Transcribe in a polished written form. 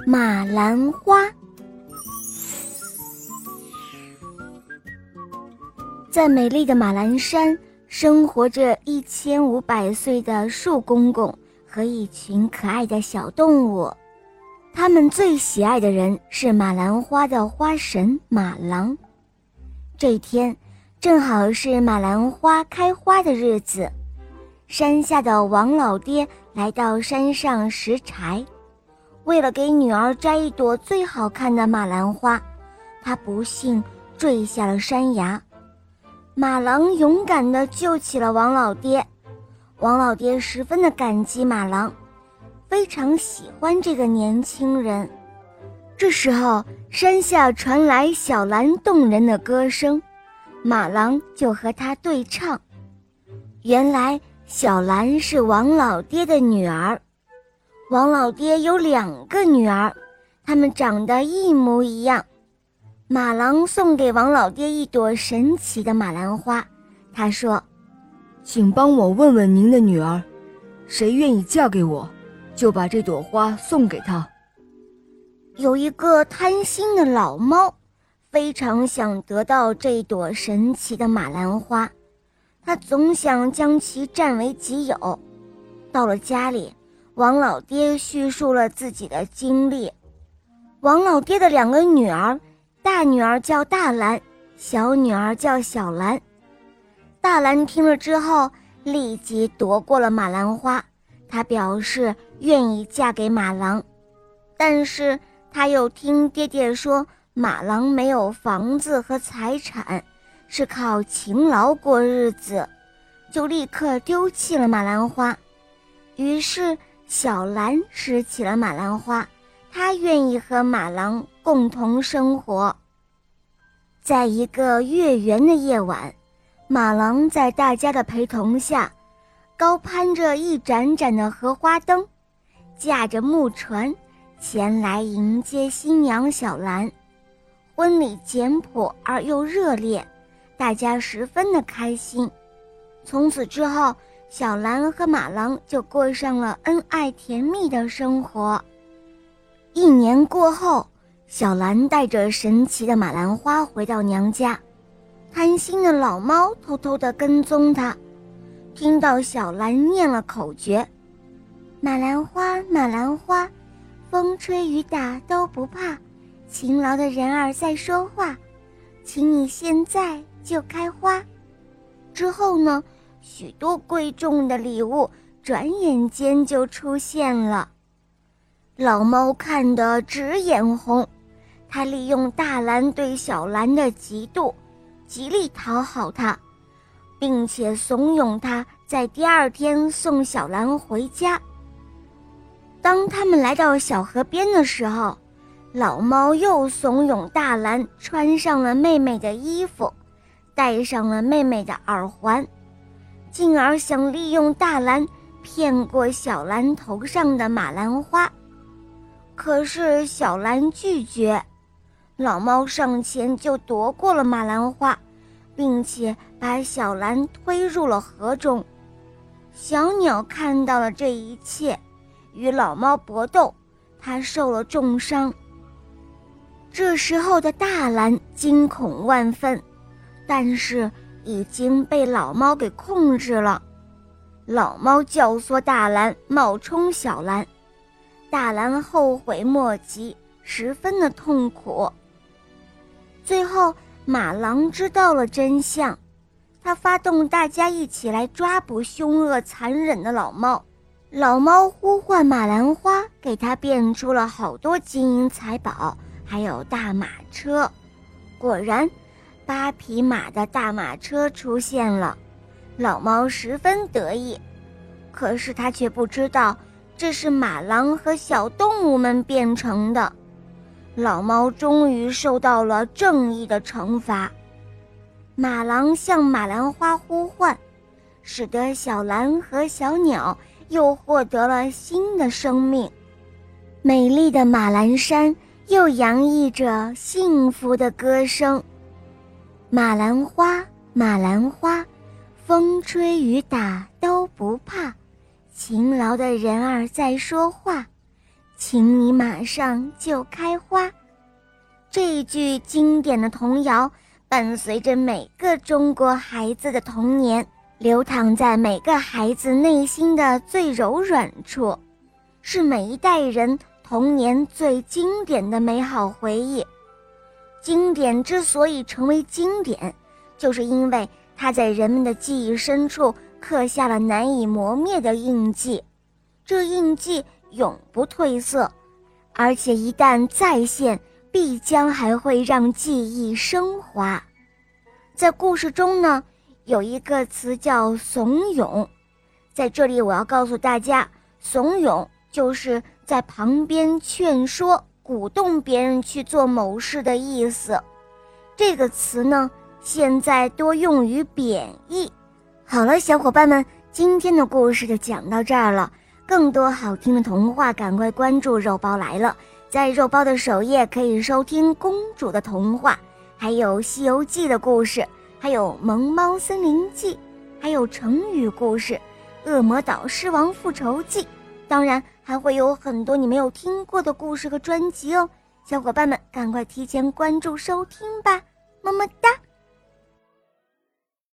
马兰花。在美丽的马兰山，生活着1500岁的树公公和一群可爱的小动物。他们最喜爱的人是马兰花的花神马郎。这天正好是马兰花开花的日子，山下的王老爹来到山上拾柴，为了给女儿摘一朵最好看的马兰花，他不幸坠下了山崖。马郎勇敢地救起了王老爹，王老爹十分的感激马郎，非常喜欢这个年轻人。这时候山下传来小兰动人的歌声，马郎就和她对唱。原来小兰是王老爹的女儿，王老爹有2个女儿，她们长得一模一样。马郎送给王老爹一朵神奇的马兰花，他说： 请帮我问问您的女儿，谁愿意嫁给我，就把这朵花送给她。 有一个贪心的老猫，非常想得到这朵神奇的马兰花，他总想将其占为己有。到了家里，王老爹叙述了自己的经历。王老爹的2个女儿，大女儿叫大兰，小女儿叫小兰。大兰听了之后，立即夺过了马兰花，她表示愿意嫁给马郎。但是她又听爹爹说，马郎没有房子和财产，是靠勤劳过日子，就立刻丢弃了马兰花。于是小兰拾起了马兰花，她愿意和马郎共同生活。在一个月圆的夜晚，马郎在大家的陪同下，高攀着一盏盏的荷花灯，驾着木船前来迎接新娘小兰。婚礼简朴而又热烈，大家十分的开心。从此之后，小兰和马郎就过上了恩爱甜蜜的生活。1年过后，小兰带着神奇的马兰花回到娘家，贪心的老猫偷偷地跟踪她，听到小兰念了口诀：马兰花，马兰花，风吹雨打都不怕，勤劳的人儿在说话，请你现在就开花。之后呢，许多贵重的礼物转眼间就出现了。老猫看得直眼红，他利用大兰对小兰的嫉妒，极力讨好她，并且怂恿她在第2天送小兰回家。当他们来到小河边的时候，老猫又怂恿大兰穿上了妹妹的衣服，戴上了妹妹的耳环，进而想利用大兰骗过小兰头上的马兰花。可是小兰拒绝，老猫上前就夺过了马兰花，并且把小兰推入了河中。小鸟看到了这一切，与老猫搏斗，它受了重伤。这时候的大兰惊恐万分，但是已经被老猫给控制了。老猫教唆大兰冒充小兰，大兰后悔莫及，十分的痛苦。最后马郎知道了真相，他发动大家一起来抓捕凶恶残忍的老猫。老猫呼唤马兰花，给他变出了好多金银财宝，还有大马车。果然8匹马的大马车出现了，老猫十分得意。可是他却不知道，这是马郎和小动物们变成的。老猫终于受到了正义的惩罚。马郎向马兰花呼唤，使得小兰和小鸟又获得了新的生命。美丽的马兰山又洋溢着幸福的歌声。马兰花，马兰花，风吹雨打都不怕，勤劳的人儿在说话， 请你马上就开花。这一句经典的童谣伴随着每个中国孩子的童年，流淌在每个孩子内心的最柔软处，是每一代人童年最经典的美好回忆。经典之所以成为经典，就是因为它在人们的记忆深处刻下了难以磨灭的印记，这印记永不褪色，而且一旦再现，必将还会让记忆升华。在故事中呢，有一个词叫怂恿，在这里我要告诉大家，怂恿就是在旁边劝说、鼓动别人去做某事的意思。这个词呢，现在多用于贬义。好了，小伙伴们，今天的故事就讲到这儿了。更多好听的童话，赶快关注肉包来了。在肉包的首页可以收听公主的童话，还有西游记的故事，还有萌猫森林记，还有成语故事，恶魔岛狮王复仇记，当然还会有很多你没有听过的故事和专辑哦。小伙伴们赶快提前关注收听吧，么么哒。